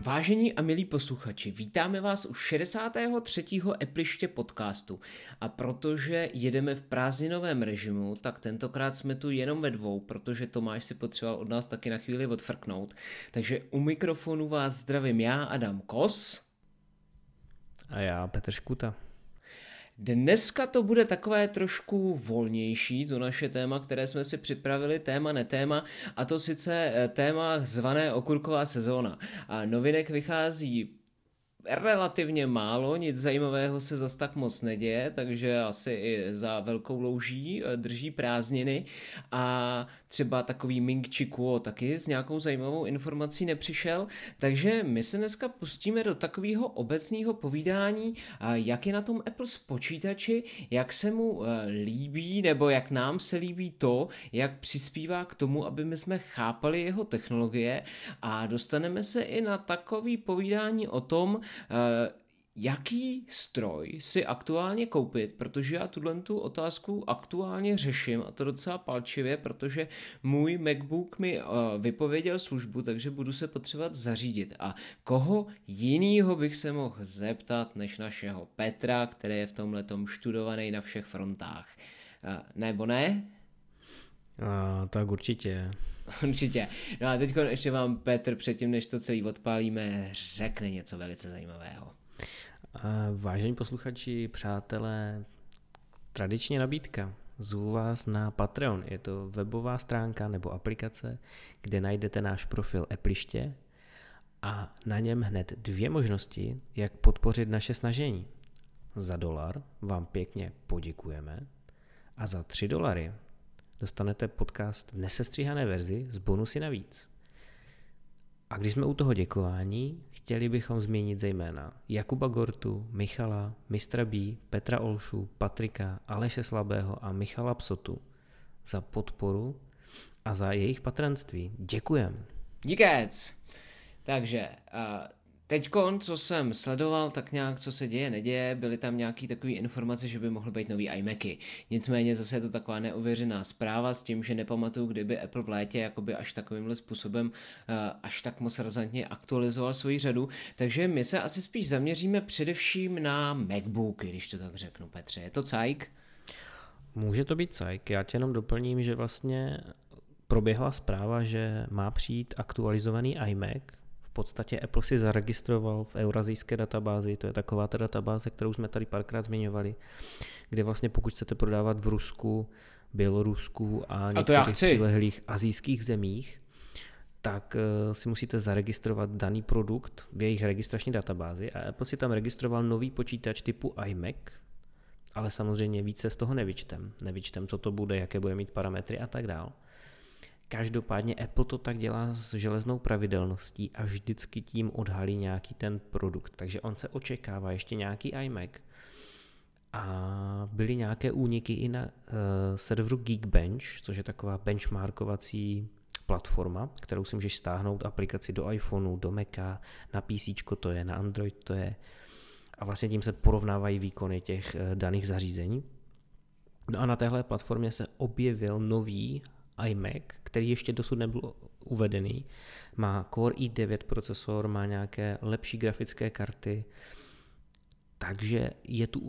Vážení a milí posluchači, vítáme vás u 63. Appliště podcastu a protože jedeme v prázdninovém režimu, tak tentokrát jsme tu jenom ve dvou, protože Tomáš si potřeboval od nás taky na chvíli odfrknout. Takže u mikrofonu vás zdravím já, Adam Kos. A já, Petr Škuta. Dneska to bude takové trošku volnější, to naše téma, které jsme si připravili, téma netéma, a to sice téma zvané okurková sezóna. A novinek vychází relativně málo, nic zajímavého se zas tak moc neděje, takže asi i za velkou louží drží prázdniny a třeba takový Ming Chi Kuo taky s nějakou zajímavou informací nepřišel, takže my se dneska pustíme do takového obecného povídání, jak je na tom Apple s počítači, jak se mu líbí, nebo jak nám se líbí to, jak přispívá k tomu, aby my jsme chápali jeho technologie, a dostaneme se i na takový povídání o tom, jaký stroj si aktuálně koupit, protože já tu otázku aktuálně řeším, a to docela palčivě, protože můj MacBook mi vypověděl službu, takže budu se potřebovat zařídit. A koho jinýho bych se mohl zeptat než našeho Petra, který je v tomhletom študovaný na všech frontách. Nebo ne? Tak určitě. Určitě. No a teď ještě vám Petr předtím, než to celý odpálíme, řekne něco velice zajímavého. Vážení posluchači, přátelé, tradiční nabídka. Zvu vás na Patreon. Je to webová stránka nebo aplikace, kde najdete náš profil Appliště a na něm hned dvě možnosti, jak podpořit naše snažení. Za $1 vám pěkně poděkujeme a za $3 dostanete podcast v nesestříhané verzi s bonusy navíc. A když jsme u toho děkování, chtěli bychom zmínit zejména Jakuba Gortu, Michala, Mistra B, Petra Olšu, Patrika, Aleše Slabého a Michala Psotu za podporu a za jejich patronství. Děkujem. Díkec. Takže teďkon, co jsem sledoval, tak nějak, co se děje, neděje, byly tam nějaký takové informace, že by mohly být nový iMacy. Nicméně zase je to taková neověřená zpráva s tím, že nepamatuju, kdyby Apple v létě jakoby až takovýmhle způsobem až tak moc razantně aktualizoval svoji řadu. Takže my se asi spíš zaměříme především na MacBooky, když to tak řeknu, Petře. Je to cajk? Může to být cajk. Já tě jenom doplním, že vlastně proběhla zpráva, že má přijít aktualizovaný iMac. V podstatě Apple si zaregistroval v eurazijské databázi, to je taková ta databáze, kterou jsme tady párkrát zmiňovali, kde vlastně pokud chcete prodávat v Rusku, Bělorusku a některých přilehlých asijských zemích, tak si musíte zaregistrovat daný produkt v jejich registrační databázi a Apple si tam registroval nový počítač typu iMac, ale samozřejmě více z toho nevyčtem, co to bude, jaké bude mít parametry a tak dál. Každopádně Apple to tak dělá s železnou pravidelností a vždycky tím odhalí nějaký ten produkt. Takže on se očekává ještě nějaký iMac. A byly nějaké úniky i na serveru Geekbench, což je taková benchmarkovací platforma, kterou si můžeš stáhnout aplikaci do iPhoneu, do Maca, na PC to je, na Android to je. A vlastně tím se porovnávají výkony těch daných zařízení. No a na téhle platformě se objevil nový iMac, který ještě dosud nebyl uvedený, má Core i9 procesor, má nějaké lepší grafické karty, takže je tu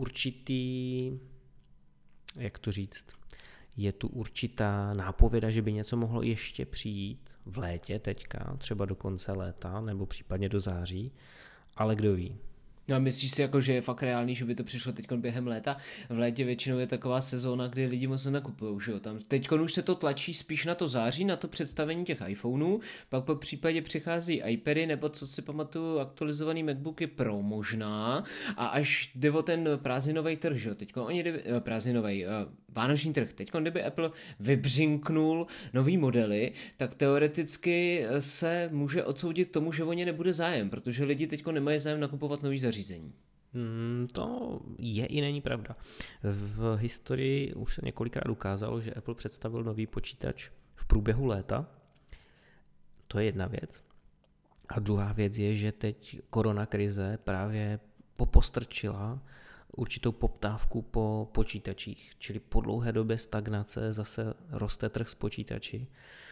je tu určitá nápověda, že by něco mohlo ještě přijít v létě teďka, třeba do konce léta, nebo případně do září, ale kdo ví. No a myslíš si, jako, že je fakt reálný, že by to přišlo teď během léta? V létě většinou je taková sezóna, kdy lidi moc nenakupujou, že jo? Tam teď už se to tlačí spíš na to září, na to představení těch iPhoneů, pak po případě přichází iPady, nebo co si pamatuju, aktualizovaný MacBooky Pro možná, a až jde o ten prázdninový trh, že jo? Teďko vánoční trh. Teďko kdyby Apple vybřinknul nový modely, tak teoreticky se může odsoudit k tomu, že o ně nebude zájem, protože lidi teďko nemají zájem nakupovat nový zařízení. To je i není pravda. V historii už se několikrát ukázalo, že Apple představil nový počítač v průběhu léta. To je jedna věc. A druhá věc je, že teď koronakrize právě popostrčila určitou poptávku po počítačích, čili po dlouhé době stagnace zase roste trh s počítači.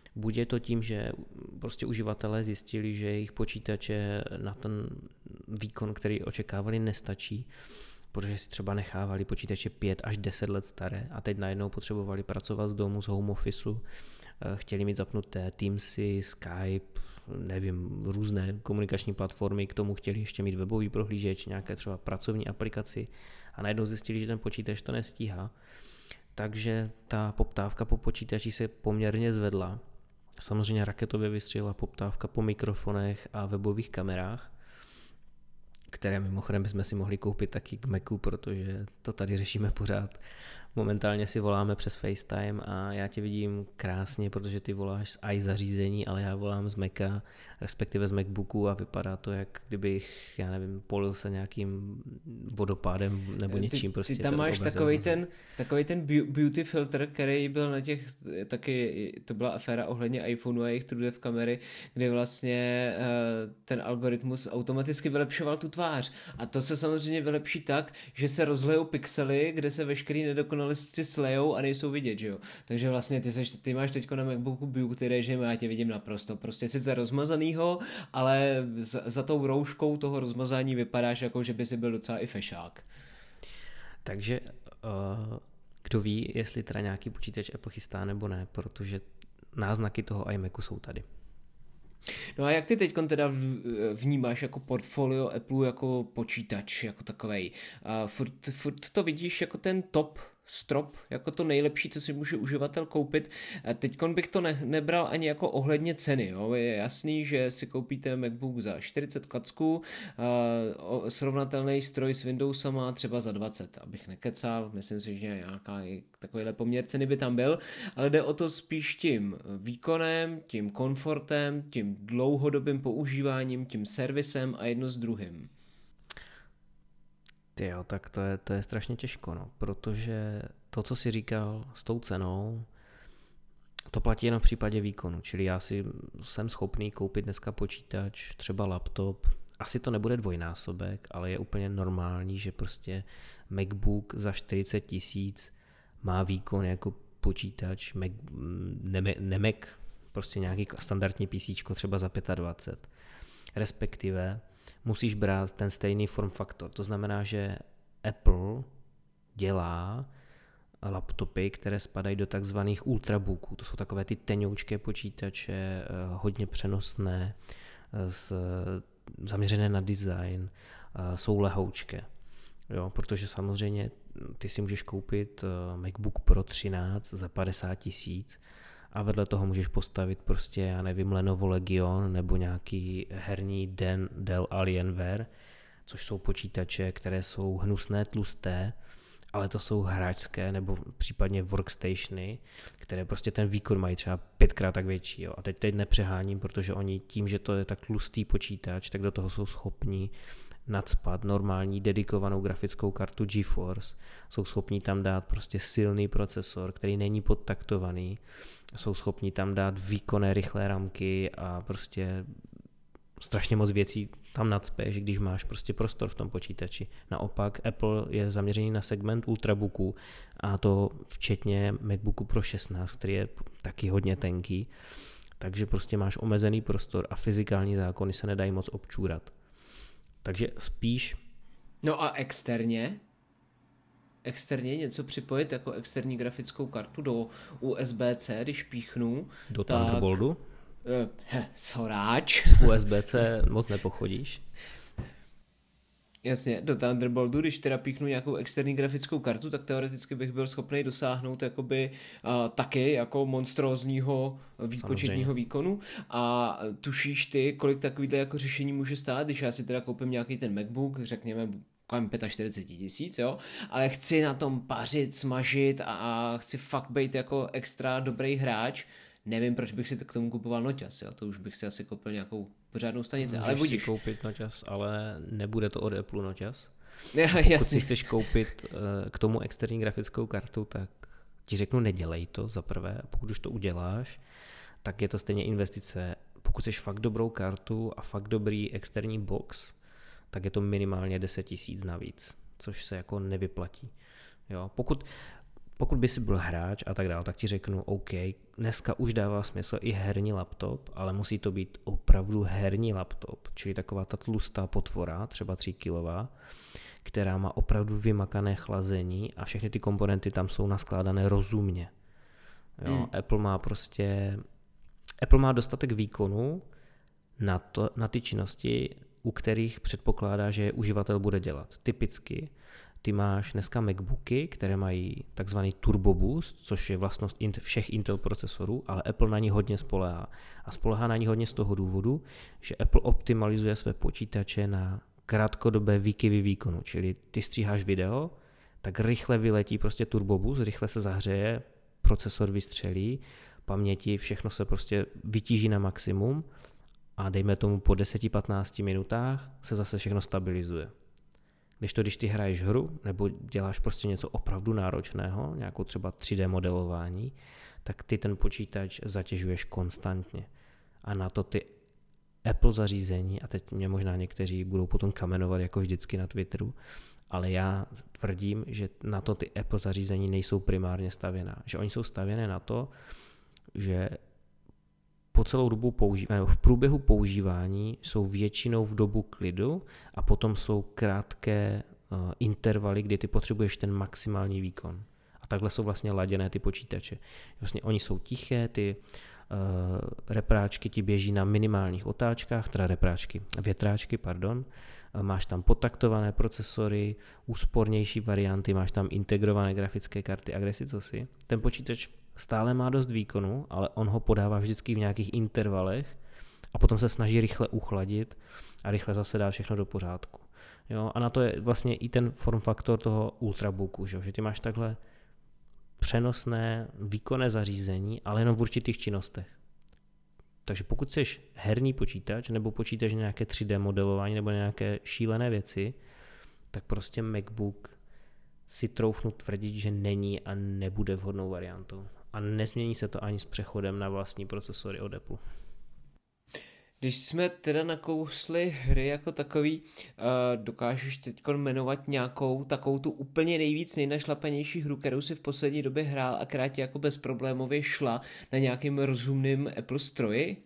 Buď je to tím, že prostě uživatelé zjistili, že jejich počítače na ten výkon, který očekávali, nestačí, protože si třeba nechávali počítače 5 až 10 let staré a teď najednou potřebovali pracovat z domu, z home officeu, chtěli mít zapnuté Teamsy, Skype, nevím, různé komunikační platformy, k tomu chtěli ještě mít webový prohlížeč, nějaké třeba pracovní aplikaci a najednou zjistili, že ten počítač to nestíhá. Takže ta poptávka po počítači se poměrně zvedla. Samozřejmě raketově vystřelila poptávka po mikrofonech a webových kamerách, které mimochodem bychom si mohli koupit taky k Macu, protože to tady řešíme pořád. Momentálně si voláme přes FaceTime a já tě vidím krásně, protože ty voláš z iZařízení, ale já volám z Maca, respektive z MacBooku a vypadá to, jak kdybych, já nevím, polil se nějakým vodopádem nebo něčím. Prostě ty tam máš takový ten beauty filter, který byl na těch, taky to byla aféra ohledně iPhoneu a jejich TrueDepth kamery, kde vlastně ten algoritmus automaticky vylepšoval tu tvář. A to se samozřejmě vylepší tak, že se rozlejou pixely, kde se veškerý nedokonalosti slejou a nejsou vidět, že jo. Takže vlastně ty máš teďko na MacBooku beauty režim a já tě vidím naprosto. Prostě sice rozmazanýho, ale za tou rouškou toho rozmazání vypadáš jako, že by si byl docela i fešák. Takže kdo ví, jestli teda nějaký počítač Apple chystá nebo ne, protože náznaky toho iMacu jsou tady. No a jak ty teďkon teda vnímáš jako portfolio Apple jako počítač, jako takovej? Furt to vidíš jako ten top strop, jako to nejlepší, co si může uživatel koupit. Teďkon bych to nebral ani jako ohledně ceny. Jo? Je jasný, že si koupíte MacBook za 40 klacků, srovnatelný stroj s Windowsama třeba za 20, abych nekecal, myslím si, že nějaká takovýhle poměr ceny by tam byl, ale jde o to spíš tím výkonem, tím komfortem, tím dlouhodobým používáním, tím servisem a jedno s druhým. Jo, tak to je strašně těžko, no, protože to, co jsi říkal s tou cenou, to platí jen v případě výkonu, čili já si jsem schopný koupit dneska počítač, třeba laptop, asi to nebude dvojnásobek, ale je úplně normální, že prostě MacBook za 40 000 má výkon jako počítač, ne Mac, prostě nějaký standardní PC třeba za 25, respektive musíš brát ten stejný form faktor. To znamená, že Apple dělá laptopy, které spadají do takzvaných ultrabooků. To jsou takové ty tenoučké počítače, hodně přenosné, zaměřené na design, jsou lehoučké. Jo, protože samozřejmě ty si můžeš koupit MacBook Pro 13 za 50 000 a vedle toho můžeš postavit prostě, já nevím, Lenovo Legion nebo nějaký herní Dell Alienware, což jsou počítače, které jsou hnusné, tlusté, ale to jsou hráčské nebo případně workstationy, které prostě ten výkon mají třeba 5x tak větší. Jo. A teď nepřeháním, protože oni tím, že to je tak tlustý počítač, tak do toho jsou schopni nacpat normální dedikovanou grafickou kartu GeForce, jsou schopni tam dát prostě silný procesor, který není podtaktovaný, jsou schopni tam dát výkonné rychlé ramky a prostě strašně moc věcí tam nacpeš, když máš prostě prostor v tom počítači. Naopak Apple je zaměřený na segment ultrabooků a to včetně MacBooku Pro 16, který je taky hodně tenký, takže prostě máš omezený prostor a fyzikální zákony se nedají moc občůrat. Takže spíš... No a externě něco připojit jako externí grafickou kartu do USB-C, když píchnu. Do Thunderboltu? Soráč. Z USB-C moc nepochodíš. Jasně, do Thunderboltu, když teda píchnu nějakou externí grafickou kartu, tak teoreticky bych byl schopný dosáhnout jakoby taky jako monstrózního výpočetního výkonu. A tušíš ty, kolik takovýhle jako řešení může stát, když já si teda koupím nějaký ten MacBook, řekněme kolem 45 000, jo, ale chci na tom pařit, smažit a chci fakt být jako extra dobrý hráč. Nevím, proč bych si k tomu kupoval noťas, jo? To už bych si asi koupil nějakou pořádnou stanici, ale budíš. Můžeš si koupit noťas, ale nebude to od Apple noťas. Pokud si chceš koupit k tomu externí grafickou kartu, tak ti řeknu, nedělej to za prvé. Pokud už to uděláš, tak je to stejně investice. Pokud chceš fakt dobrou kartu a fakt dobrý externí box, tak je to minimálně 10 000 navíc, což se jako nevyplatí. Jo? Pokud Pokud by si byl hráč a tak dále, tak ti řeknu, OK, dneska už dává smysl i herní laptop, ale musí to být opravdu herní laptop, čili taková ta tlustá potvora, třeba 3 kg, která má opravdu vymakané chlazení a všechny ty komponenty tam jsou naskládané rozumně. Jo, Apple má dostatek výkonu na ty činnosti, u kterých předpokládá, že uživatel bude dělat. Typicky ty máš dneska MacBooky, které mají takzvaný Turbo Boost, což je vlastnost všech Intel procesorů, ale Apple na ní hodně spoléhá. A spoléhá na ní hodně z toho důvodu, že Apple optimalizuje své počítače na krátkodobé výkyvy výkonu. Čili ty stříháš video, tak rychle vyletí prostě Turbo Boost, rychle se zahřeje, procesor vystřelí, paměti, všechno se prostě vytíží na maximum a dejme tomu po 10-15 minutách se zase všechno stabilizuje. Když ty hraješ hru nebo děláš prostě něco opravdu náročného, nějakou třeba 3D modelování, tak ty ten počítač zatěžuješ konstantně. A na to ty Apple zařízení, a teď mě možná někteří budou potom kamenovat jako vždycky na Twitteru, ale já tvrdím, že na to ty Apple zařízení nejsou primárně stavěná. Že oni jsou stavěné na to, že po celou dobu v průběhu používání jsou většinou v dobu klidu a potom jsou krátké intervaly, kdy ty potřebuješ ten maximální výkon. A takhle jsou vlastně laděné ty počítače. Vlastně oni jsou tiché, ty repráčky ti běží na minimálních otáčkách, větráčky, máš tam podtaktované procesory, úspornější varianty, máš tam integrované grafické karty a kde si co si. Ten počítač stále má dost výkonu, ale on ho podává vždycky v nějakých intervalech a potom se snaží rychle uchladit a rychle zase dá všechno do pořádku. Jo? A na to je vlastně i ten form faktor toho ultrabooku, že ty máš takhle přenosné výkonné zařízení, ale jenom v určitých činnostech. Takže pokud chceš herní počítač nebo počítač nějaké 3D modelování nebo nějaké šílené věci, tak prostě MacBook si troufnu tvrdit, že není a nebude vhodnou variantou. A nesmění se to ani s přechodem na vlastní procesory od Apple. Když jsme teda nakousli hry jako takový, dokážeš teď jmenovat nějakou takovou tu úplně nejnašlapanější hru, kterou si v poslední době hrál a která ti jako bezproblémově šla na nějakým rozumným Apple stroji?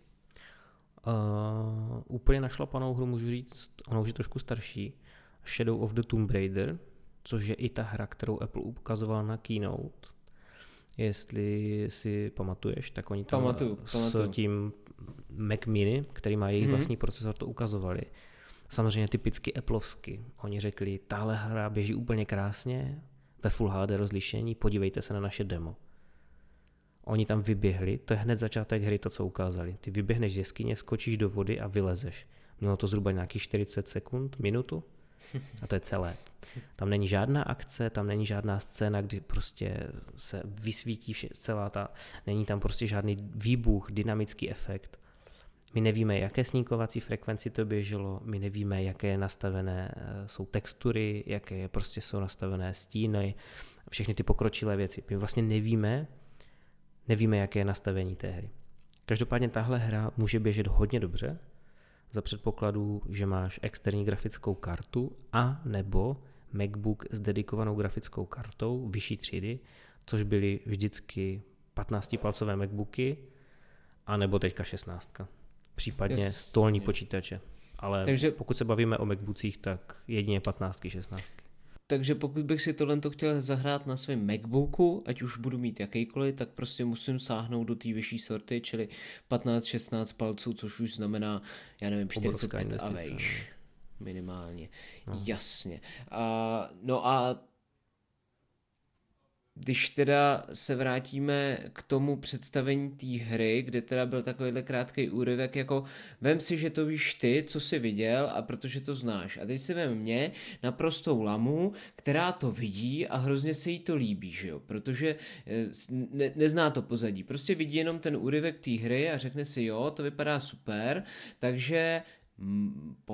Úplně našlapanou hru můžu říct, ona už je trošku starší, Shadow of the Tomb Raider, což je i ta hra, kterou Apple ukazoval na Keynote. Jestli si pamatuješ, tak oni tam Pamatuju. s tím Mac Mini, který má jejich vlastní procesor, to ukazovali. Samozřejmě typicky Appleovsky. Oni řekli, tahle hra běží úplně krásně, ve Full HD rozlišení, podívejte se na naše demo. Oni tam vyběhli, to je hned začátek hry, to, co ukázali. Ty vyběhneš z jeskyně, skočíš do vody a vylezeš. Mělo to zhruba nějakých 40 sekund, minutu a to je celé. Tam není žádná akce, tam není žádná scéna, kdy prostě se vysvítí není tam prostě žádný výbuch, dynamický efekt. My nevíme, jaké snímkovací frekvenci to běželo, my nevíme, jaké nastavené jsou textury, jaké prostě jsou nastavené stíny, všechny ty pokročilé věci. My vlastně nevíme, jaké je nastavení té hry. Každopádně tahle hra může běžet hodně dobře, za předpokladu, že máš externí grafickou kartu a nebo MacBook s dedikovanou grafickou kartou vyšší třídy, což byly vždycky 15-palcové MacBooky a nebo teďka 16. Případně stolní počítače. Ale pokud se bavíme o MacBookích, tak jedině 15, 16. Takže pokud bych si tohle chtěl zahrát na svém MacBooku, ať už budu mít jakýkoliv, tak prostě musím sáhnout do té vyšší sorty, čili 15-16 palců, což už znamená, já nevím, 45 a vejš. Minimálně. No. Jasně. No a když teda se vrátíme k tomu představení té hry, kde teda byl takovýhle krátký úryvek, jako vem si, že to víš ty, co jsi viděl a protože to znáš. A teď si vem mě, naprostou lamu, která to vidí a hrozně se jí to líbí, že jo, protože nezná to pozadí. Prostě vidí jenom ten úryvek té hry a řekne si, jo, to vypadá super, takže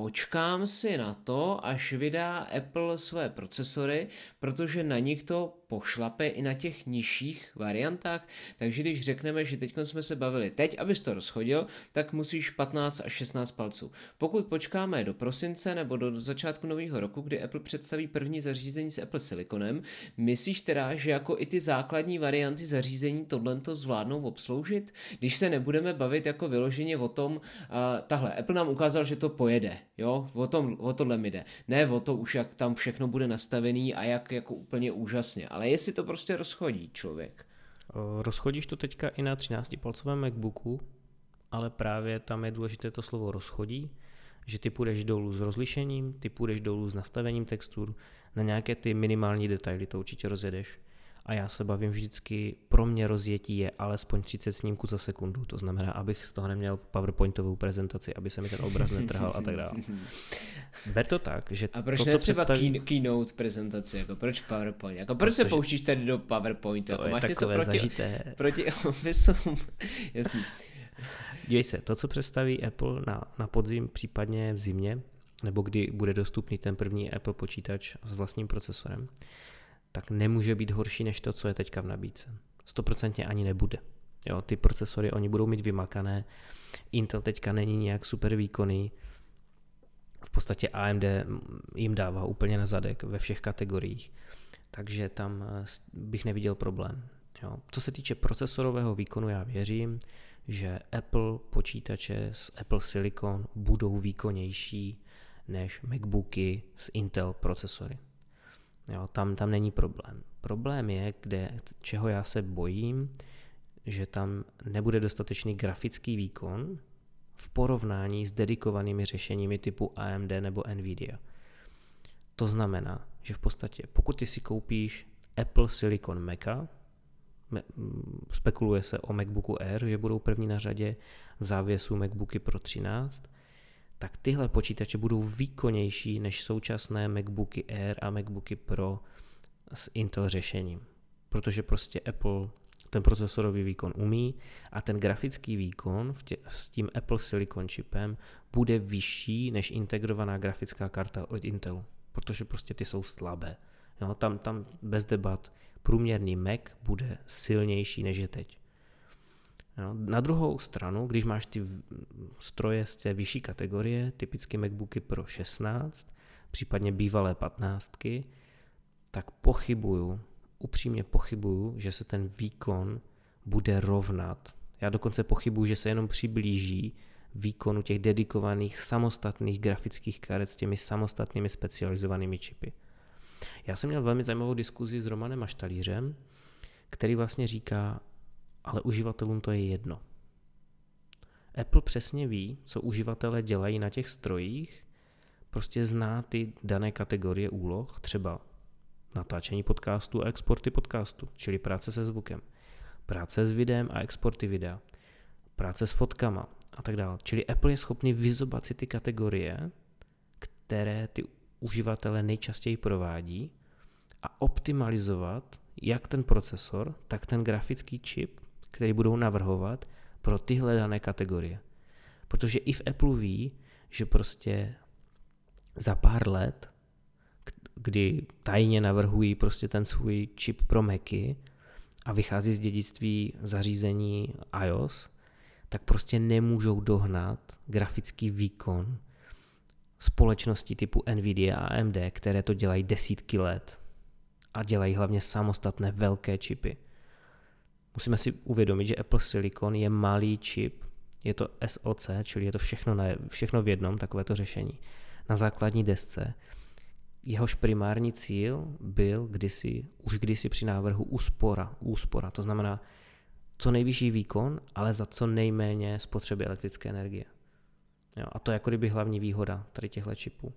počkám si na to, až vydá Apple své procesory, protože na nich to pošlape i na těch nižších variantách, takže když řekneme, že teď jsme se bavili, teď abys to rozchodil, tak musíš 15 až 16 palců. Pokud počkáme do prosince nebo do začátku nového roku, kdy Apple představí první zařízení s Apple Siliconem, myslíš teda, že jako i ty základní varianty zařízení tohleto zvládnou obsloužit? Když se nebudeme bavit jako vyloženě o tom, tahle, Apple nám ukázal, že to pojede, jo, o tohle mi jde. Ne o to už, jak tam všechno bude nastavený a jak jako úplně úžasně, ale jestli to prostě rozchodí člověk. Rozchodíš to teďka i na 13-palcovém MacBooku, ale právě tam je důležité to slovo rozchodí, že ty půjdeš dolů s rozlišením, ty půjdeš dolů s nastavením textur, na nějaké ty minimální detaily to určitě rozjedeš. A já se bavím vždycky, pro mě rozjetí je alespoň 30 snímků za sekundu, to znamená, abych z toho neměl PowerPointovou prezentaci, aby se mi ten obraz netrhal a tak dále. Ber to tak, že a proč to, ne co třeba představí... keynote prezentaci, jako proč PowerPoint, jako proč se pouštíš tady do PowerPointu, jako máš něco proti Officeu, jasný. Dívej se, to, co představí Apple na podzim, případně v zimě, nebo kdy bude dostupný ten první Apple počítač s vlastním procesorem, tak nemůže být horší než to, co je teďka v nabídce. 100% ani nebude. Jo, ty procesory, oni budou mít vymakané, Intel teďka není nějak super výkonný, v podstatě AMD jim dává úplně na zadek ve všech kategoriích, takže tam bych neviděl problém. Jo. Co se týče procesorového výkonu, já věřím, že Apple počítače s Apple Silicon budou výkonnější než MacBooky s Intel procesory. Jo, tam není problém. Problém je, čeho já se bojím, že tam nebude dostatečný grafický výkon v porovnání s dedikovanými řešeními typu AMD nebo Nvidia. To znamená, že v podstatě pokud ty si koupíš Apple Silicon Maca, spekuluje se o MacBooku Air, že budou první na řadě v závěsu MacBooky Pro 13, tak tyhle počítače budou výkonnější než současné MacBooky Air a MacBooky Pro s Intel řešením. Protože prostě Apple ten procesorový výkon umí a ten grafický výkon s tím Apple Silicon čipem bude vyšší než integrovaná grafická karta od Intelu. Protože prostě ty jsou slabé. Jo, tam bez debat průměrný Mac bude silnější než je teď. Jo, na druhou stranu, když máš ty stroje z té vyšší kategorie, typicky MacBooky Pro 16, případně bývalé 15, tak upřímně pochybuju, že se ten výkon bude rovnat. Já dokonce pochybuju, že se jenom přiblíží výkonu těch dedikovaných samostatných grafických karet s těmi samostatnými specializovanými čipy. Já jsem měl velmi zajímavou diskuzi s Romanem Maštalířem, který vlastně říká, ale uživatelům to je jedno. Apple přesně ví, co uživatelé dělají na těch strojích, prostě zná ty dané kategorie úloh, třeba natáčení podcastu a exporty podcastu, čili práce se zvukem, práce s videem a exporty videa, práce s fotkama a tak dále. Čili Apple je schopný vyzobat si ty kategorie, které ty uživatelé nejčastěji provádí a optimalizovat jak ten procesor, tak ten grafický čip, který budou navrhovat pro tyhle dané kategorie. Protože i v Apple ví, že prostě za pár let, kdy tajně navrhují prostě ten svůj čip pro Macy a vychází z dědictví zařízení iOS, tak prostě nemůžou dohnat grafický výkon společnosti typu Nvidia a AMD, které to dělají desítky let a dělají hlavně samostatné velké čipy. Musíme si uvědomit, že Apple Silicon je malý čip, je to SoC, čili je to všechno v jednom, takovéto řešení. Na základní desce. Jehož primární cíl byl už kdysi při návrhu úspora. To znamená co nejvyšší výkon, ale za co nejméně spotřeby elektrické energie. Jo, a to je jako kdyby hlavní výhoda tady těchto čipů.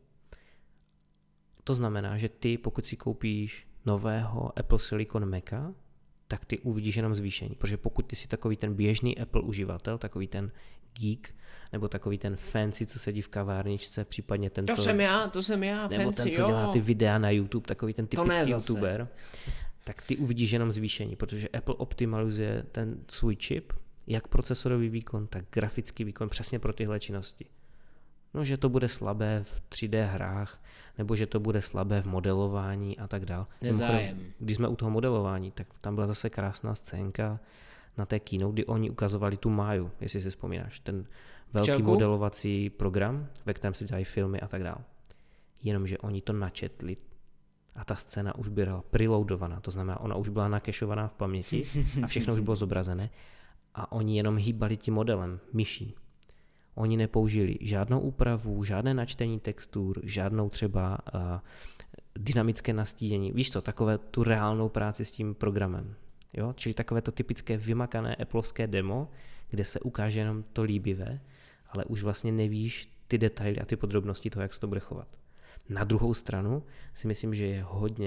To znamená, že ty, pokud si koupíš nového Apple Silicon Maca, tak ty uvidíš jenom zvýšení. Protože pokud ty jsi takový ten běžný Apple uživatel, takový ten geek, nebo takový ten fancy, co sedí v kavárničce, případně ten, to jsem já, nebo fancy, ten, co dělá ty videa na YouTube, takový ten typický YouTuber, tak ty uvidíš jenom zvýšení, protože Apple optimalizuje ten svůj čip, jak procesorový výkon, tak grafický výkon přesně pro tyhle činnosti. No, že to bude slabé v 3D hrách, nebo že to bude slabé v modelování a tak dál. Nezájem. Když jsme u toho modelování, tak tam byla zase krásná scénka na té keynote, kdy oni ukazovali tu Máju, jestli si vzpomínáš, ten velký modelovací program, ve kterém se dělají filmy a tak dál. Jenomže oni to načetli a ta scéna už byla preloadovaná, to znamená, ona už byla nakešovaná v paměti a všechno už bylo zobrazené a oni jenom hýbali tím modelem, myší. Oni nepoužili žádnou úpravu, žádné načtení textur, žádnou třeba dynamické nastínění. Víš co, takové tu reálnou práci s tím programem. Jo? Čili takové to typické vymakané appleovské demo, kde se ukáže jenom to líbivé, ale už vlastně nevíš ty detaily a ty podrobnosti toho, jak se to bude chovat. Na druhou stranu si myslím, že je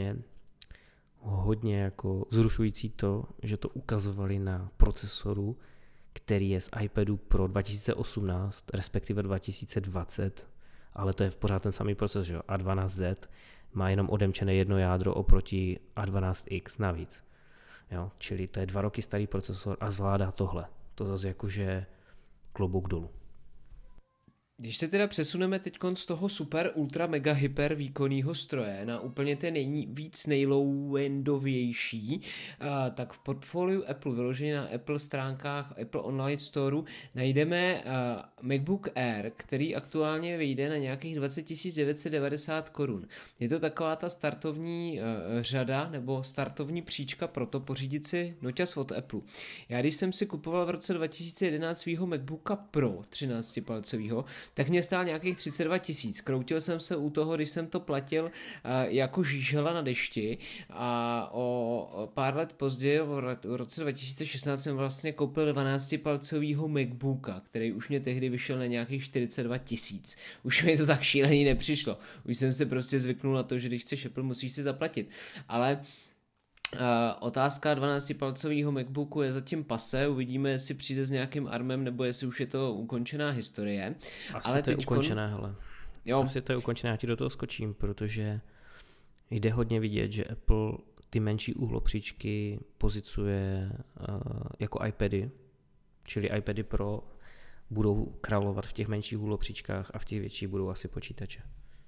hodně jako vzrušující to, že to ukazovali na procesoru, který je z iPadu Pro 2018, respektive 2020, ale to je pořád ten samý proces, že A12Z má jenom odemčené jedno jádro oproti A12X navíc. Jo? Čili to je 2 roky starý procesor a zvládá tohle. To zase jakože klobouk dolů. Když se teda přesuneme teď z toho super ultra mega hyper výkonného stroje na úplně ten nejvíc nejlow-endovější, tak v portfoliu Apple, vyloženě na Apple stránkách Apple Online Storeu, najdeme MacBook Air, který aktuálně vyjde na nějakých 20 990 korun. Je to taková ta startovní řada nebo startovní příčka pro to pořídit si noťaz od Apple. Já když jsem si kupoval v roce 2011 svýho MacBooka Pro 13-palcovýho, tak mě stál nějakých 32 000. Kroutil jsem se u toho, když jsem to platil jako žížela na dešti a o pár let později, v roce 2016 jsem vlastně koupil 12-palcovýho MacBooka, který už mě tehdy vyšel na nějakých 42 000. Už mi to tak šílený nepřišlo. Už jsem se prostě zvyknul na to, že když chceš Apple, musíš si zaplatit. Ale otázka 12-palcového MacBooku je zatím pase, uvidíme, jestli přijde s nějakým ARMem, nebo jestli už je to ukončená historie. Asi to je ukončené, hele. Jo. Asi to je ukončené, já ti do toho skočím, protože jde hodně vidět, že Apple ty menší úhlopříčky pozicuje jako iPady, čili iPady Pro budou královat v těch menších úhlopříčkách a v těch větších budou asi počítače.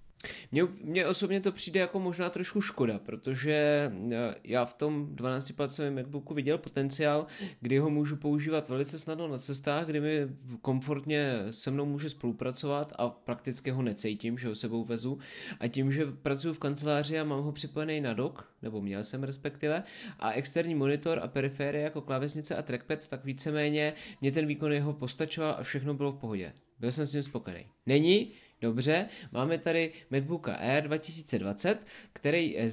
Mně osobně to přijde jako možná trošku škoda, protože já v tom 12-palcovém MacBooku viděl potenciál, kdy ho můžu používat velice snadno na cestách, kdy mi komfortně se mnou může spolupracovat a prakticky ho necítím, že ho sebou vezu. A tím, že pracuji v kanceláři a mám ho připojený na dock, nebo měl jsem respektive, a externí monitor a periférie jako klávesnice a trackpad, tak víceméně mě ten výkon jeho postačoval a všechno bylo v pohodě. Byl jsem s tím spokojený. Není? Dobře, máme tady MacBooka Air 2020, který s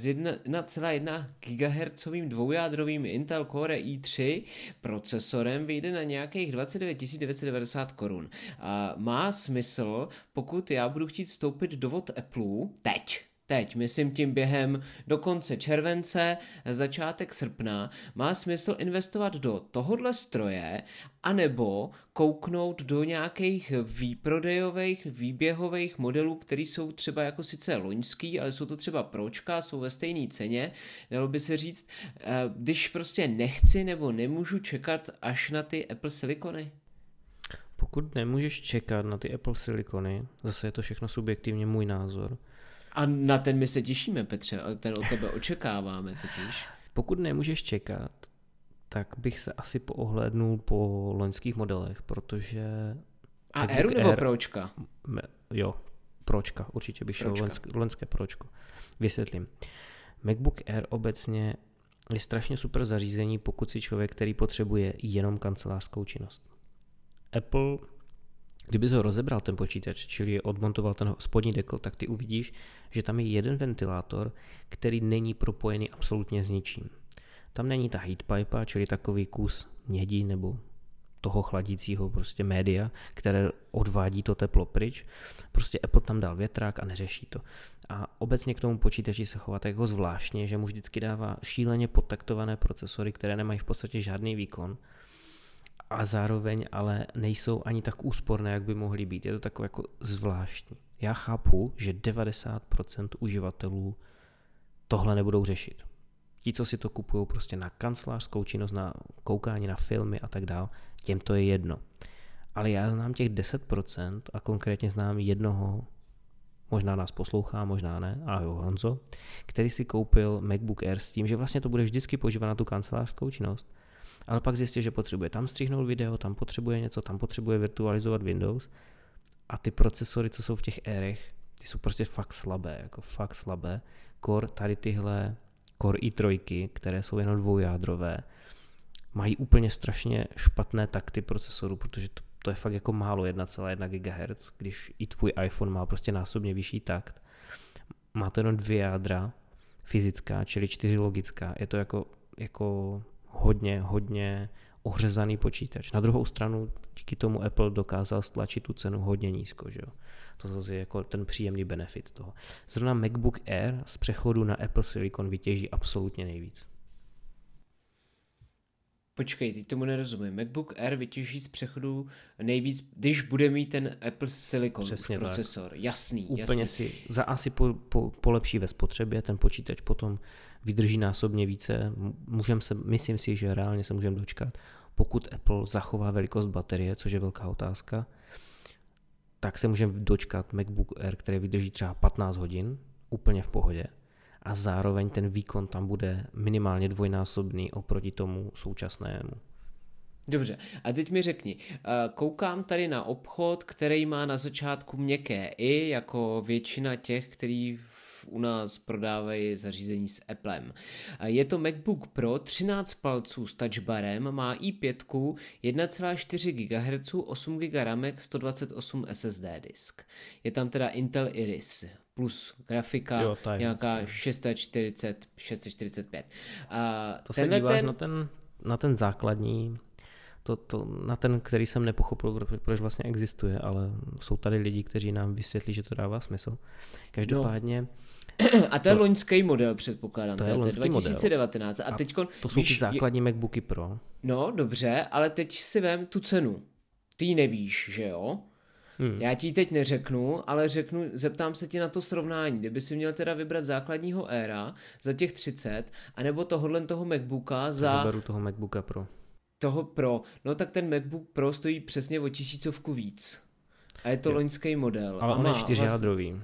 1,1 GHz dvoujádrovým Intel Core i3 procesorem vyjde na nějakých 29 990 korun. Má smysl, pokud já budu chtít vstoupit do vod Apple teď, myslím tím během do konce července, začátek srpna, má smysl investovat do tohodle stroje, anebo kouknout do nějakých výprodejových, výběhových modelů, které jsou třeba jako sice loňský, ale jsou to třeba pročka, jsou ve stejné ceně, dalo by se říct, když prostě nechci nebo nemůžu čekat až na ty Apple silikony. Pokud nemůžeš čekat na ty Apple silikony, zase je to všechno subjektivně můj názor. A na ten my se těšíme, Petře, ten od tebe očekáváme totiž. Pokud nemůžeš čekat, tak bych se asi poohlédnul po loňských modelech, protože... A Airu nebo Pročka? Jo, Pročka, určitě bych šel loňské Pročko. Vysvětlím. MacBook Air obecně je strašně super zařízení, pokud si člověk, který potřebuje jenom kancelářskou činnost. Apple, kdyby ho rozebral ten počítač, čili odmontoval ten spodní dekl, tak ty uvidíš, že tam je jeden ventilátor, který není propojený absolutně s ničím. Tam není ta heatpipe, čili takový kus mědi nebo toho chladícího prostě média, které odvádí to teplo pryč. Prostě Apple tam dal větrák a neřeší to. A obecně k tomu počítači se chová jako zvláštně, že mu vždycky dává šíleně podtaktované procesory, které nemají v podstatě žádný výkon a zároveň ale nejsou ani tak úsporné, jak by mohly být. Je to takové jako zvláštní. Já chápu, že 90% uživatelů tohle nebudou řešit. Ti, co si to kupují prostě na kancelářskou činnost, na koukání na filmy a tak dál, těm to je jedno. ale já znám těch 10% a konkrétně znám jednoho, možná nás poslouchá, možná ne, ahoj Honzo, který si koupil MacBook Air s tím, že vlastně to bude vždycky používat na tu kancelářskou činnost, ale pak zjistil, že potřebuje tam stříhnout video, tam potřebuje něco, tam potřebuje virtualizovat Windows a ty procesory, co jsou v těch Airech, ty jsou prostě fakt slabé, jako fakt slabé. Core, tady tyhle Core i3, které jsou jenom dvoujádrové, mají úplně strašně špatné takty procesoru, protože to je fakt jako málo 1,1 GHz, když i tvůj iPhone má prostě násobně vyšší takt. Má to jenom 2 jádra fyzická, čili 4 logická. Je to jako hodně ohřezaný počítač. Na druhou stranu díky tomu Apple dokázal stlačit tu cenu hodně nízko. Že jo? To zase je jako ten příjemný benefit toho. Zrovna MacBook Air z přechodu na Apple Silicon vytěží absolutně nejvíc. Počkej, teď tomu nerozumím. MacBook Air vytěží z přechodu nejvíc, když bude mít ten Apple Silicon Přesně procesor. Tak. Jasný. Úplně si asi polepší ve spotřebě, ten počítač potom vydrží násobně více. Myslím si, že reálně se můžeme dočkat, pokud Apple zachová velikost baterie, což je velká otázka, tak se můžeme dočkat MacBook Air, který vydrží třeba 15 hodin, úplně v pohodě. A zároveň ten výkon tam bude minimálně dvojnásobný oproti tomu současnému. Dobře, a teď mi řekni, koukám tady na obchod, který má na začátku měkké i, jako většina těch, který u nás prodávají zařízení s Applem. Je to MacBook Pro 13 palců s touchbarem, má i5, 1,4 GHz, 8 GB ramek, 128 SSD disk. Je tam teda Intel Iris plus grafika nějaká 645. To se díváš na ten základní, na ten, který jsem nepochopil, proč vlastně existuje, ale jsou tady lidi, kteří nám vysvětlí, že to dává smysl. Každopádně... A to je loňský model, předpokládám. To je 2019. A teďkon, to jsou ty základní MacBooky Pro. No, dobře, ale teď si vem tu cenu. Ty ji nevíš, že jo? Já ti teď neřeknu, ale zeptám se ti na to srovnání. Kdyby si měl teda vybrat základního Aira za těch 30, anebo toho MacBooka za... Vyberu toho MacBooka Pro. Toho Pro. No tak ten MacBook Pro stojí přesně o 1000 víc. A je to loňský model. Ale on je 4jádrový.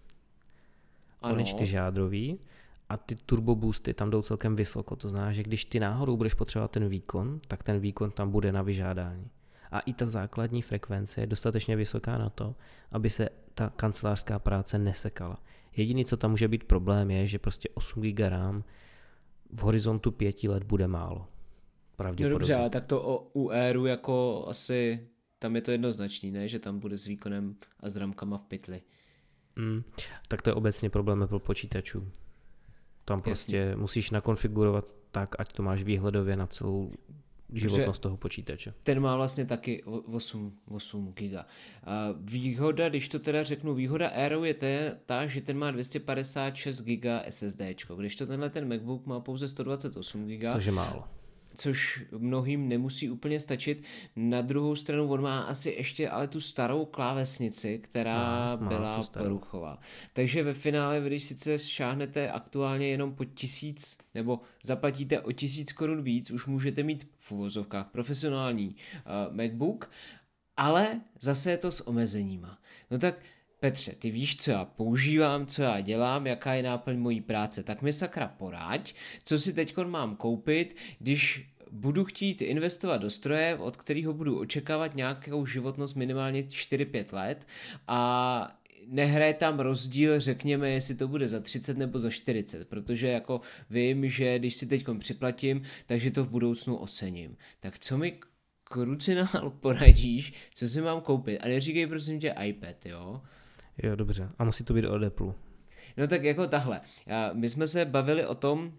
Ano. On je 4jádrový a ty turbo boosty tam jdou celkem vysoko. To znamená, že když ty náhodou budeš potřebovat ten výkon, tak ten výkon tam bude na vyžádání. A i ta základní frekvence je dostatečně vysoká na to, aby se ta kancelářská práce nesekala. Jediný, co tam může být problém, je, že prostě 8 GB RAM v horizontu 5 let bude málo. No dobře, ale tak to u Airu jako asi, tam je to jednoznačný, ne? Že tam bude s výkonem a s ramkama v pytli. Tak to je obecně problém pro počítačů. Tam prostě musíš nakonfigurovat tak, ať to máš výhledově na celou životnost toho počítače. Ten má vlastně taky 8 giga. Výhoda, když to teda řeknu, výhoda Airu je ta, že ten má 256 giga SSDčko, když to ten MacBook má pouze 128 giga. Což je málo. Což mnohým nemusí úplně stačit. Na druhou stranu on má asi ještě ale tu starou klávesnici, která byla poruchová. Takže ve finále, když sice šáhnete aktuálně jenom po 1000 nebo zaplatíte o 1000 korun víc, už můžete mít v uvozovkách profesionální MacBook, ale zase je to s omezeníma. No tak Petře, ty víš, co já používám, co já dělám, jaká je náplň mojí práce, tak mi sakra poraď, co si teďkon mám koupit, když budu chtít investovat do stroje, od kterého budu očekávat nějakou životnost minimálně 4-5 let a nehraje tam rozdíl, řekněme, jestli to bude za 30 nebo za 40, protože jako vím, že když si teďkon připlatím, takže to v budoucnu ocením. Tak co mi krucinál poradíš, co si mám koupit? A neříkej prosím tě iPad, jo? Jo, dobře. A musí to být od Apple. No tak jako tahle. My jsme se bavili o tom,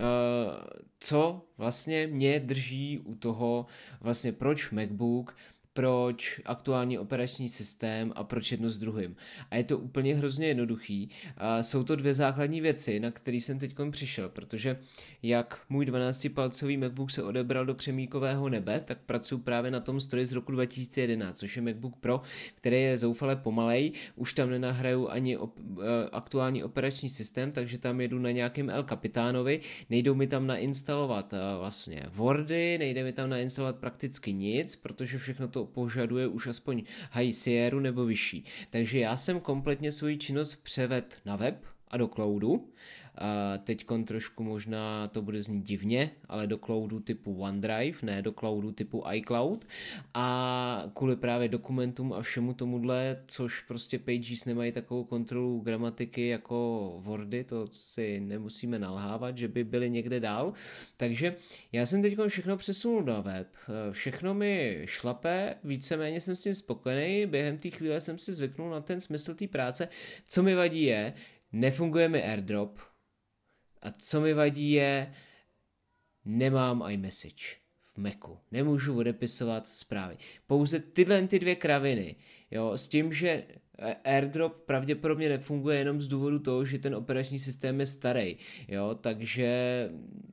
co vlastně mě drží u toho, vlastně proč MacBook, proč aktuální operační systém a proč jedno s druhým. A je to úplně hrozně jednoduchý. Jsou to dvě základní věci, na které jsem teď přišel, protože jak můj 12-palcový MacBook se odebral do křemíkového nebe, tak pracuji právě na tom stroji z roku 2011, což je MacBook Pro, který je zoufale pomalej, už tam nenahraju ani aktuální operační systém, takže tam jedu na nějakém El Capitánovi, nejdou mi tam nainstalovat vlastně Wordy, nejde mi tam nainstalovat prakticky nic, protože všechno to to požaduje už aspoň High Sierra nebo vyšší. Takže já jsem kompletně svoji činnost převedl na web a do cloudu. Teďkon trošku možná to bude znít divně, ale do cloudu typu OneDrive, ne do cloudu typu iCloud, a kvůli právě dokumentům a všemu tomuhle, což prostě Pages nemají takovou kontrolu gramatiky jako Wordy, to si nemusíme nalhávat, že by byly někde dál, takže já jsem teďkon všechno přesunul na web, všechno mi šlape, víceméně jsem s tím spokojený, během té chvíle jsem si zvyknul na ten smysl té práce. Co mi vadí je, nefunguje mi AirDrop, a co mi vadí je, nemám iMessage v Macu. Nemůžu odepisovat zprávy. Pouze tyhle ty dvě kraviny. Jo, s tím, že AirDrop pravděpodobně nefunguje jenom z důvodu toho, že ten operační systém je starý. Jo, takže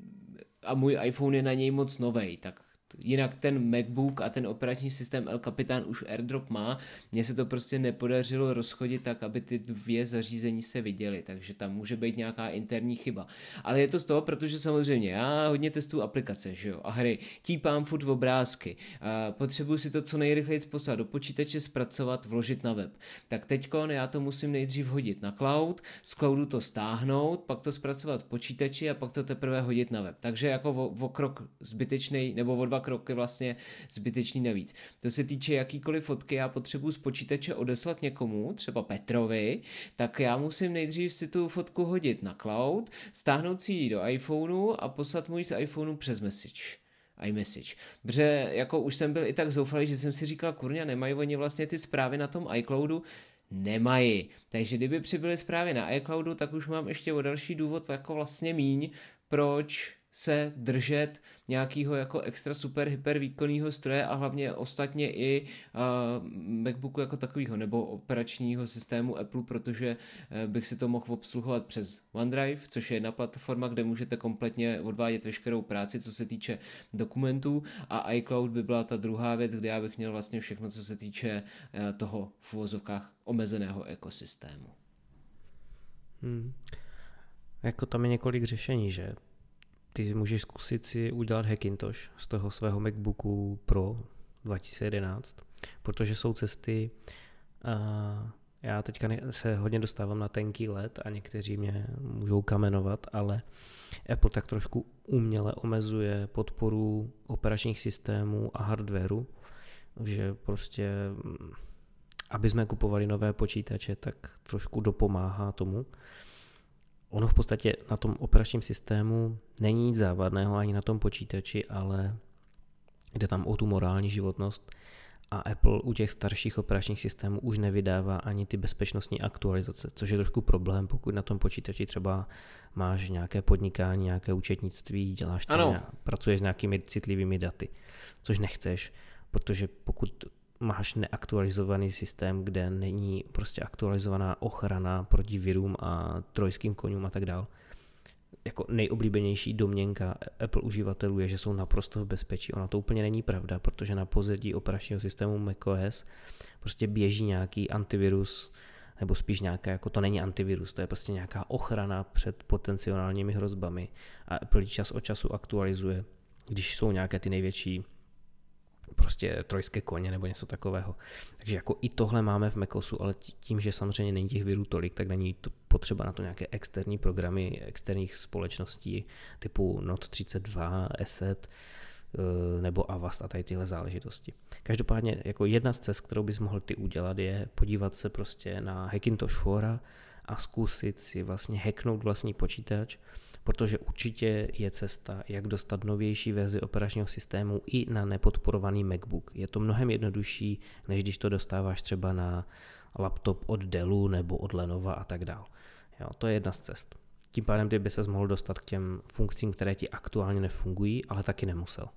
a můj iPhone je na něj moc novej, tak jinak ten MacBook a ten operační systém El Capitan už AirDrop má, mně se to prostě nepodařilo rozchodit tak, aby ty dvě zařízení se viděly, takže tam může být nějaká interní chyba. Ale je to z toho, protože samozřejmě já hodně testuju aplikace, že jo, a hry, típám furt v obrázky, potřebuji si to co nejrychleji poslat do počítače, zpracovat, vložit na web. Tak teďkon já to musím nejdřív hodit na cloud, z cloudu to stáhnout, pak to zpracovat v počítači a pak to teprve hodit na web. Takže jako o krok zbytečný, nebo o 2 kroky vlastně zbytečný navíc. To se týče jakýkoliv fotky, já potřebuji z počítače odeslat někomu, třeba Petrovi, tak já musím nejdřív si tu fotku hodit na cloud, stáhnout si ji do iPhoneu a poslat mu ji z iPhoneu přes iMessage. Protože jako už jsem byl i tak zoufalý, že jsem si říkal, kurňa, nemají oni vlastně ty zprávy na tom iCloudu? Nemají. Takže kdyby přibyly zprávy na iCloudu, tak už mám ještě o další důvod jako vlastně míň, proč se držet nějakého jako extra super hyper výkonného stroje a hlavně ostatně i MacBooku jako takového nebo operačního systému Apple, protože bych si to mohl obsluhovat přes OneDrive, což je jedna platforma, kde můžete kompletně odvádět veškerou práci, co se týče dokumentů, a iCloud by byla ta druhá věc, kde já bych měl vlastně všechno, co se týče toho v uvozovkách omezeného ekosystému. Jako tam je několik řešení, že? Ty můžeš zkusit si udělat Hackintosh z toho svého MacBooku Pro 2011, protože jsou cesty, já teďka se hodně dostávám na tenký led a někteří mě můžou kamenovat, ale Apple tak trošku uměle omezuje podporu operačních systémů a hardwareu, že prostě, aby jsme kupovali nové počítače, tak trošku dopomáhá tomu. Ono v podstatě na tom operačním systému není nic závadného ani na tom počítači, ale jde tam o tu morální životnost a Apple u těch starších operačních systémů už nevydává ani ty bezpečnostní aktualizace, což je trošku problém, pokud na tom počítači třeba máš nějaké podnikání, nějaké účetnictví, děláš tam, pracuješ s nějakými citlivými daty, což nechceš, protože pokud máš neaktualizovaný systém, kde není prostě aktualizovaná ochrana proti virům a trojským koňům a tak dál. Jako nejoblíbenější domněnka Apple uživatelů je, že jsou naprosto v bezpečí. Ona to úplně není pravda, protože na pozadí operačního systému macOS prostě běží nějaký antivirus, nebo spíš nějaká, jako to není antivirus, to je prostě nějaká ochrana před potenciálními hrozbami a Apple čas od času aktualizuje, když jsou nějaké ty největší prostě trojské koně nebo něco takového. Takže jako i tohle máme v macOSu, ale tím, že samozřejmě není těch virů tolik, tak není to potřeba na to nějaké externí programy externích společností typu Note 32, Asset nebo Avast a tady tyhle záležitosti. Každopádně jako jedna z cest, kterou bys mohl ty udělat, je podívat se prostě na Hackintosh fora a zkusit si vlastně hacknout vlastní počítač, protože určitě je cesta, jak dostat novější verzi operačního systému i na nepodporovaný MacBook. Je to mnohem jednodušší, než když to dostáváš třeba na laptop od Dellu nebo od Lenova a tak dál. Jo, to je jedna z cest. Tím pádem ty by ses mohl dostat k těm funkcím, které ti aktuálně nefungují, ale taky nemusel.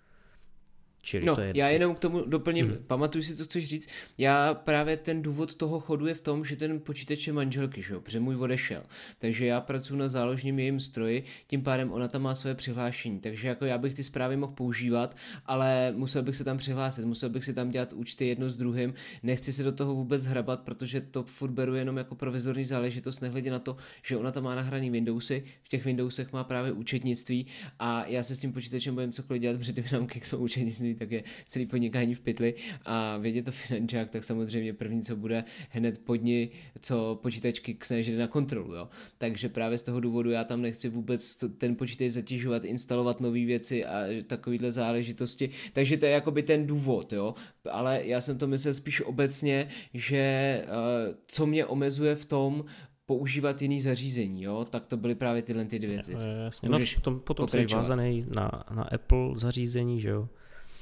Čili no, to je... já jenom k tomu doplním, pamatuju si, co chceš říct, já právě ten důvod toho chodu je v tom, že ten počítač je manželky, že jo, protože můj odešel, takže já pracuji na záložním jejím stroji, tím pádem ona tam má své přihlášení, takže jako já bych ty zprávy mohl používat, ale musel bych se tam přihlásit, musel bych si tam dělat účty jedno s druhým, nechci se do toho vůbec hrabat, protože to furt beru jenom jako provizorní záležitost, nehledě na to, že ona tam má nahraný Windowsy, v těch Windowsech má právě účetnictví a já se s tím počítačem budem cokoliv dělat, protože dynamky jsou účetnictví zavřený, tak je celý podnikání v pytli a vědět to finančák, tak samozřejmě první, co bude hned podni, co počítač kiksne, že jde na kontrolu, jo. Takže právě z toho důvodu já tam nechci vůbec ten počítač zatěžovat, instalovat nové věci a takovýhle záležitosti, takže to je jakoby ten důvod, jo. Ale já jsem to myslel spíš obecně, že co mě omezuje v tom používat jiný zařízení, jo, tak to byly právě tyhle ty dvě věci. Jasně. No, potom jsi vázaný na Apple zařízení, že jo.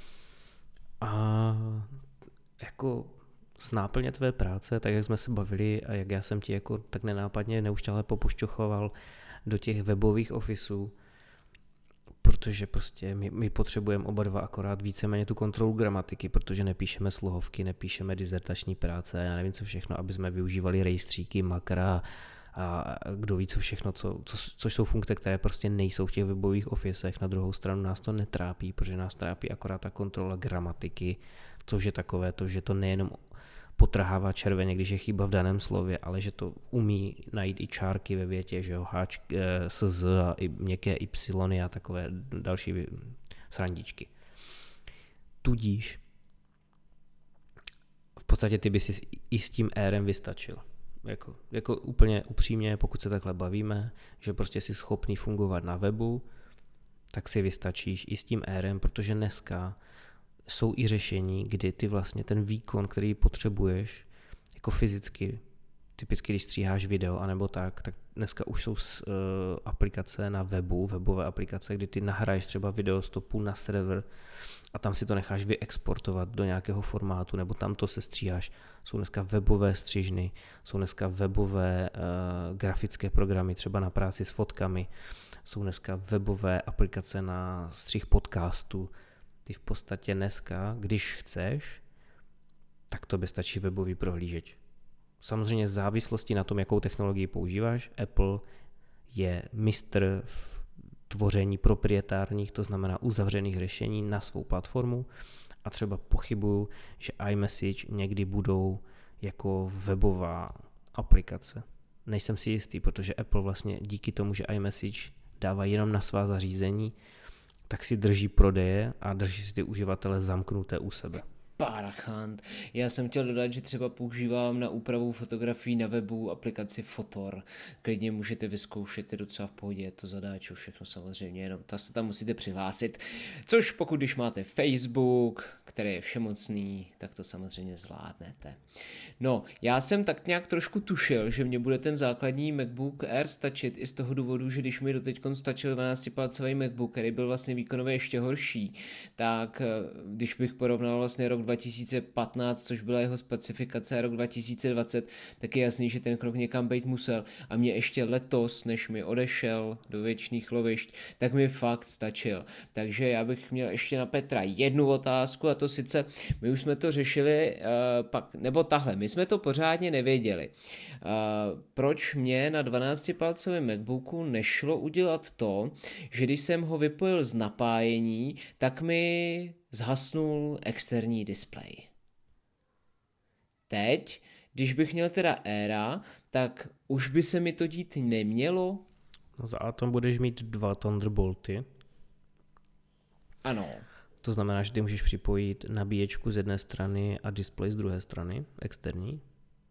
A jako z náplně tvé práce, tak jak jsme se bavili a jak já jsem ti jako tak nenápadně neustále popušťochoval do těch webových officeů, protože prostě my potřebujeme oba dva akorát víceméně tu kontrolu gramatiky, protože nepíšeme slohovky, nepíšeme dizertační práce, já nevím co všechno, aby jsme využívali rejstříky, makra a kdo ví co všechno, což jsou funkce, které prostě nejsou v těch webových officech. Na druhou stranu nás to netrápí, protože nás trápí akorát ta kontrola gramatiky, což je takové to, že to nejenom potrhává červeně, když je chyba v daném slově, ale že to umí najít i čárky ve větě, že jo, SZ a i měkké Y a takové další srandičky. Tudíž v podstatě ty by si i s tím érem vystačil. Jako úplně upřímně, pokud se takhle bavíme, že prostě jsi schopný fungovat na webu, tak si vystačíš i s tím érem, protože dneska jsou i řešení, kdy ty vlastně ten výkon, který potřebuješ jako fyzicky, typicky když stříháš video anebo tak dneska už jsou aplikace na webu, webové aplikace, kdy ty nahraješ třeba video stopu na server a tam si to necháš vyexportovat do nějakého formátu nebo tam to se stříháš. Jsou dneska webové střižny, jsou dneska webové grafické programy třeba na práci s fotkami, jsou dneska webové aplikace na střih podcastu. Ty v podstatě dneska, když chceš, tak to by stačí webový prohlížeč. Samozřejmě závislosti na tom, jakou technologii používáš. Apple je mistr v tvoření proprietárních, to znamená uzavřených řešení na svou platformu a třeba pochybuju, že iMessage někdy budou jako webová aplikace. Nejsem si jistý, protože Apple vlastně díky tomu, že iMessage dává jenom na svá zařízení, tak si drží prodeje a drží si ty uživatele zamknuté u sebe. Parchant. Já jsem chtěl dodat, že třeba používám na úpravu fotografií na webu aplikaci Fotor. Klidně můžete vyzkoušet, je docela v pohodě, je to zadáčo, všechno samozřejmě, jenom se tam musíte přihlásit. Což pokud když máte Facebook, který je všemocný, tak to samozřejmě zvládnete. No, já jsem tak nějak trošku tušil, že mě bude ten základní MacBook Air stačit i z toho důvodu, že když mi doteďkon stačil 12-palcový MacBook, který byl vlastně výkonově ještě horší, tak když bych porovnal vlastně rok 2015, což byla jeho specifikace, a rok 2020, tak je jasný, že ten krok někam být musel a mě ještě letos, než mi odešel do věčných lovišť, tak mi fakt stačil. Takže já bych měl ještě na Petra jednu otázku a to sice, my už jsme to řešili nebo tahle, my jsme to pořádně nevěděli. Proč mě na 12-palcovém MacBooku nešlo udělat to, že když jsem ho vypojil z napájení, tak mi zhasnul externí displej. Teď, když bych měl teda Aira, tak už by se mi to dít nemělo? No za Atom budeš mít 2 Thunderbolty. Ano. To znamená, že ty můžeš připojit nabíječku z jedné strany a displej z druhé strany, externí.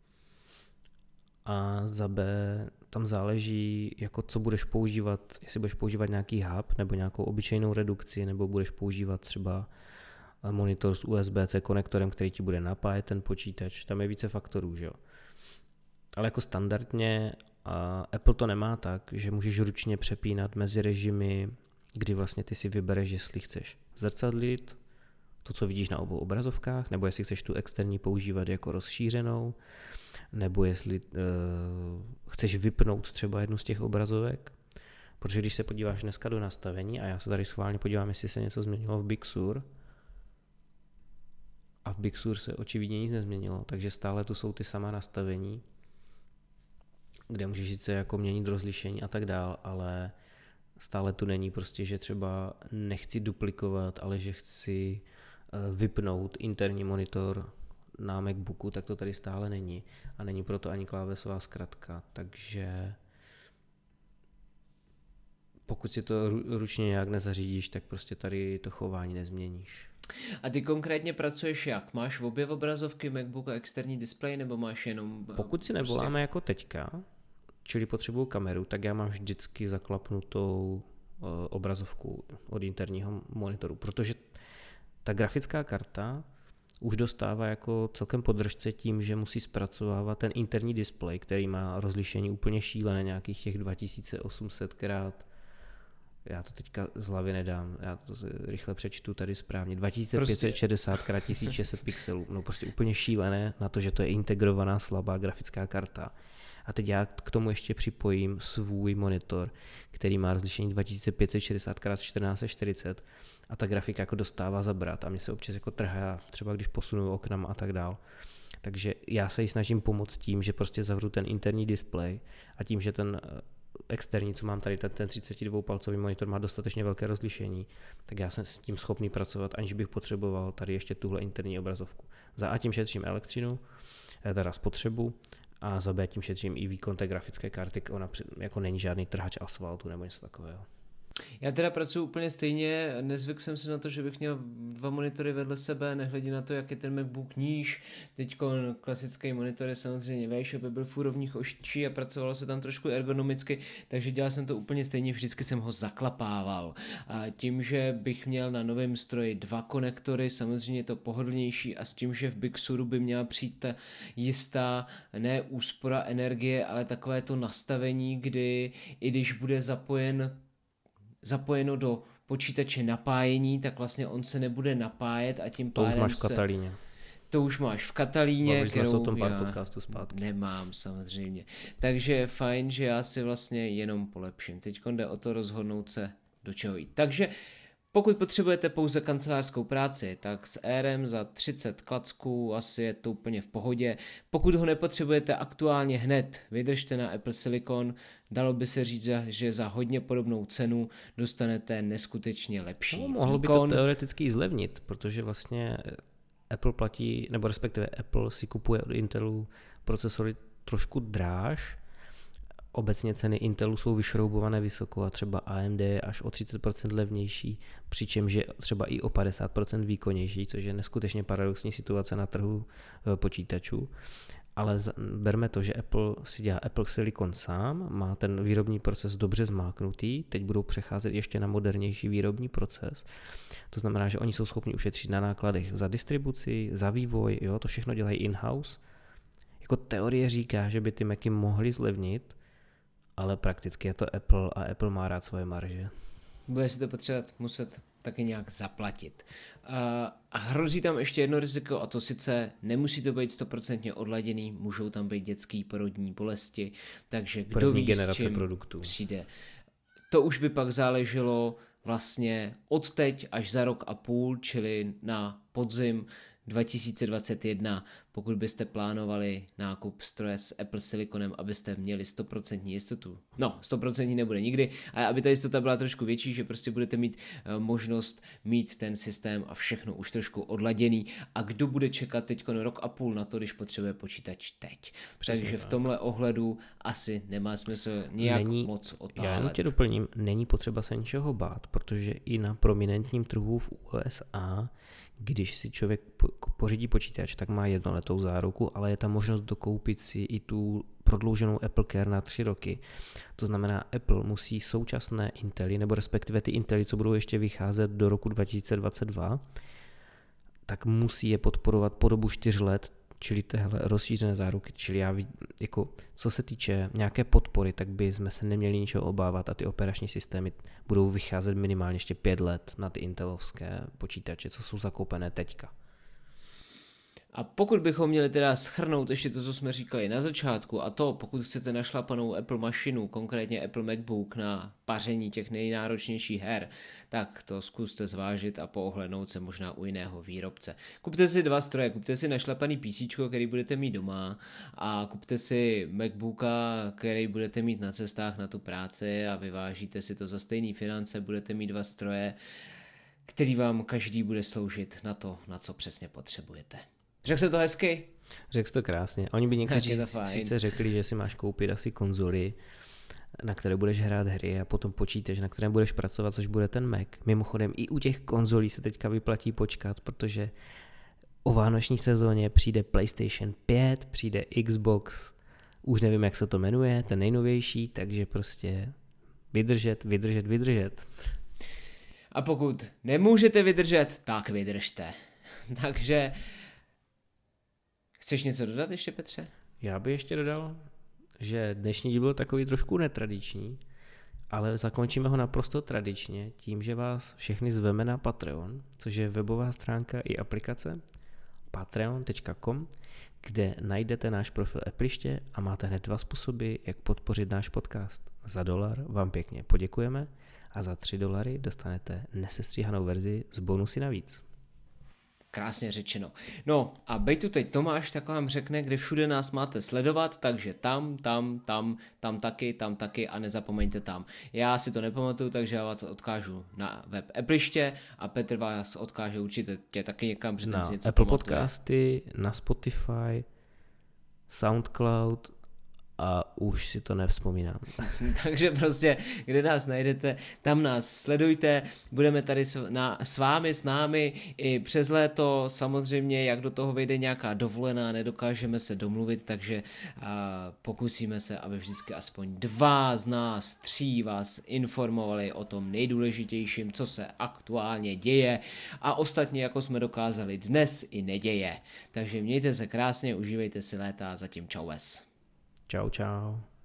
A za B tam záleží, jako co budeš používat, jestli budeš používat nějaký hub nebo nějakou obyčejnou redukci, nebo budeš používat třeba monitor s USB-C konektorem, který ti bude napájet ten počítač. Tam je více faktorů, že jo. Ale jako standardně Apple to nemá tak, že můžeš ručně přepínat mezi režimy, kdy vlastně ty si vybereš, jestli chceš zrcadlit to, co vidíš na obou obrazovkách, nebo jestli chceš tu externí používat jako rozšířenou, nebo jestli chceš vypnout třeba jednu z těch obrazovek. Protože když se podíváš dneska do nastavení, a já se tady schválně podívám, jestli se něco změnilo v Big Sur, a v Big Sur se očividně nic nezměnilo, takže stále tu jsou ty samá nastavení, kde můžeš sice jako měnit rozlišení a tak dál, ale stále tu není prostě, že třeba nechci duplikovat, ale že chci vypnout interní monitor na MacBooku, tak to tady stále není. A není proto ani klávesová zkratka, takže pokud si to ručně nějak nezařídíš, tak prostě tady to chování nezměníš. A ty konkrétně pracuješ jak? Máš obě obrazovky, MacBook a externí displej, nebo máš jenom... Pokud si nevoláme jako teďka, čili potřebuju kameru, tak já mám vždycky zaklapnutou obrazovku od interního monitoru, protože ta grafická karta už dostává jako celkem podržce tím, že musí zpracovávat ten interní displej, který má rozlišení úplně šílené, nějakých těch 2800 krát, já to teďka z hlavy nedám, já to rychle přečtu tady správně, 2560 krát 1600 pixelů, no prostě úplně šílené na to, že to je integrovaná slabá grafická karta. A teď já k tomu ještě připojím svůj monitor, který má rozlišení 2560 x 1440 a ta grafika jako dostává zabrat a mě se občas jako trhá, třeba když posunu oknama a tak dál. Takže já se jí snažím pomoct tím, že prostě zavřu ten interní displej a tím, že ten externí, co mám tady, ten 32-palcový monitor má dostatečně velké rozlišení, tak já jsem s tím schopný pracovat, aniž bych potřeboval tady ještě tuhle interní obrazovku. Za A tím šetřím elektřinu, teda spotřebu, a za B tím šetřím i výkon té grafické karty, ona jako není žádný trhač asfaltu nebo něco takového. Já teda pracuji úplně stejně, nezvyk jsem si na to, že bych měl 2 monitory vedle sebe, nehledě na to, jak je ten MacBook níž. Teďko klasický monitor je samozřejmě vejš, aby byl v úrovních očí a pracovalo se tam trošku ergonomicky, takže dělal jsem to úplně stejně, vždycky jsem ho zaklapával. A tím, že bych měl na novém stroji 2 konektory, samozřejmě je to pohodlnější a s tím, že v Big Suru by měla přijít ta jistá, ne úspora energie, ale takové to nastavení, kdy i když bude zapojeno do počítače napájení, tak vlastně on se nebude napájet a tím pádem to už máš v Katalíně. To už máš v Katalíně, kterou o tom pár podcastů zpátky. Nemám samozřejmě. Takže je fajn, že já si vlastně jenom polepším. Teď jde o to rozhodnout se, do čeho jít. Takže pokud potřebujete pouze kancelářskou práci, tak s Airem za 30 klacků asi je to úplně v pohodě. Pokud ho nepotřebujete aktuálně hned, vydržte na Apple Silicon, dalo by se říct, že za hodně podobnou cenu dostanete neskutečně lepší výkon. Mohlo by to teoreticky i zlevnit, protože vlastně Apple platí, nebo respektive Apple si kupuje od Intelu procesory trošku dráž. Obecně ceny Intelu jsou vyšroubované vysoko a třeba AMD je až o 30% levnější, přičemž je třeba i o 50% výkonnější, což je neskutečně paradoxní situace na trhu počítačů. Ale berme to, že Apple si dělá Apple Silicon sám, má ten výrobní proces dobře zmáknutý, teď budou přecházet ještě na modernější výrobní proces. To znamená, že oni jsou schopni ušetřit na nákladech za distribuci, za vývoj, jo, to všechno dělají in-house. Jako teorie říká, že by ty Macy mohly zlevnit, ale prakticky je to Apple a Apple má rád svoje marže. Bude si to potřebovat muset taky nějak zaplatit. A hrozí tam ještě jedno riziko, a to sice nemusí to být 100% odladěný, můžou tam být dětský porodní bolesti, takže kdo ví, s čím produktů přijde. To už by pak záleželo vlastně od teď až za rok a půl, čili na podzim 2021, pokud byste plánovali nákup stroje s Apple Siliconem, abyste měli 100% jistotu. No, 100% nebude nikdy, ale aby ta jistota byla trošku větší, že prostě budete mít možnost mít ten systém a všechno už trošku odladěný. A kdo bude čekat teď rok a půl na to, když potřebuje počítač teď. Přesně. Takže v tomhle ohledu asi nemá smysl nějak moc otálet. Já jenom tě doplním, není potřeba se ničeho bát, protože i na prominentním trhu v USA, když si člověk pořídí počítač, tak má jednoletou záruku, ale je tam možnost dokoupit si i tu prodlouženou Apple Care na 3 roky. To znamená, Apple musí současné Intely, nebo respektive ty Intely, co budou ještě vycházet do roku 2022, tak musí je podporovat po dobu 4 let, čili téhle rozšířené záruky. Čili já jako, co se týče nějaké podpory, tak by jsme se neměli ničeho obávat a ty operační systémy budou vycházet minimálně ještě 5 let na ty intelovské počítače, co jsou zakoupené teďka. A pokud bychom měli teda shrnout ještě to, co jsme říkali na začátku, a to, pokud chcete našlapanou Apple mašinu, konkrétně Apple MacBook na paření těch nejnáročnějších her, tak to zkuste zvážit a poohlednout se možná u jiného výrobce. Kupte si 2 stroje, kupte si našlapaný PC, který budete mít doma, a kupte si MacBooka, který budete mít na cestách na tu práci, a vyvážíte si to za stejný finance, budete mít 2 stroje, který vám každý bude sloužit na to, na co přesně potřebujete. Řekl jsi to hezky? Řekl jsi to krásně. Oni by někteří sice řekli, že si máš koupit asi konzoli, na které budeš hrát hry a potom počítač, na kterém budeš pracovat, což bude ten Mac. Mimochodem i u těch konzolí se teďka vyplatí počkat, protože o vánoční sezóně přijde PlayStation 5, přijde Xbox, už nevím, jak se to jmenuje, ten nejnovější, takže prostě vydržet. A pokud nemůžete vydržet, tak vydržte. Takže chceš něco dodat ještě, Petře? Já bych ještě dodal, že dnešní díl byl takový trošku netradiční, ale zakončíme ho naprosto tradičně tím, že vás všechny zveme na Patreon, což je webová stránka i aplikace patreon.com, kde najdete náš profil Appliště a máte hned 2 způsoby, jak podpořit náš podcast. Za $1 vám pěkně poděkujeme a za $3 dostanete nesestříhanou verzi s bonusy navíc. Krásně řečeno. No a bejtu teď Tomáš, tak vám řekne, kde všude nás máte sledovat, takže tam taky a nezapomeňte tam. Já si to nepamatuju, takže já vás odkážu na web Appliště a Petr vás odkáže určitě taky někam, protože ten si něco Apple pamatuje. Podcasty, na Spotify, SoundCloud a už si to nevzpomínám. Takže prostě, kde nás najdete, tam nás sledujte, budeme tady s vámi, s námi i přes léto, samozřejmě, jak do toho vyjde nějaká dovolená, nedokážeme se domluvit, takže pokusíme se, aby vždycky aspoň 2 z nás 3 vás informovali o tom nejdůležitějším, co se aktuálně děje a ostatně, jako jsme dokázali dnes, i neděje. Takže mějte se krásně, užívejte si léta, zatím čau ves. Čau.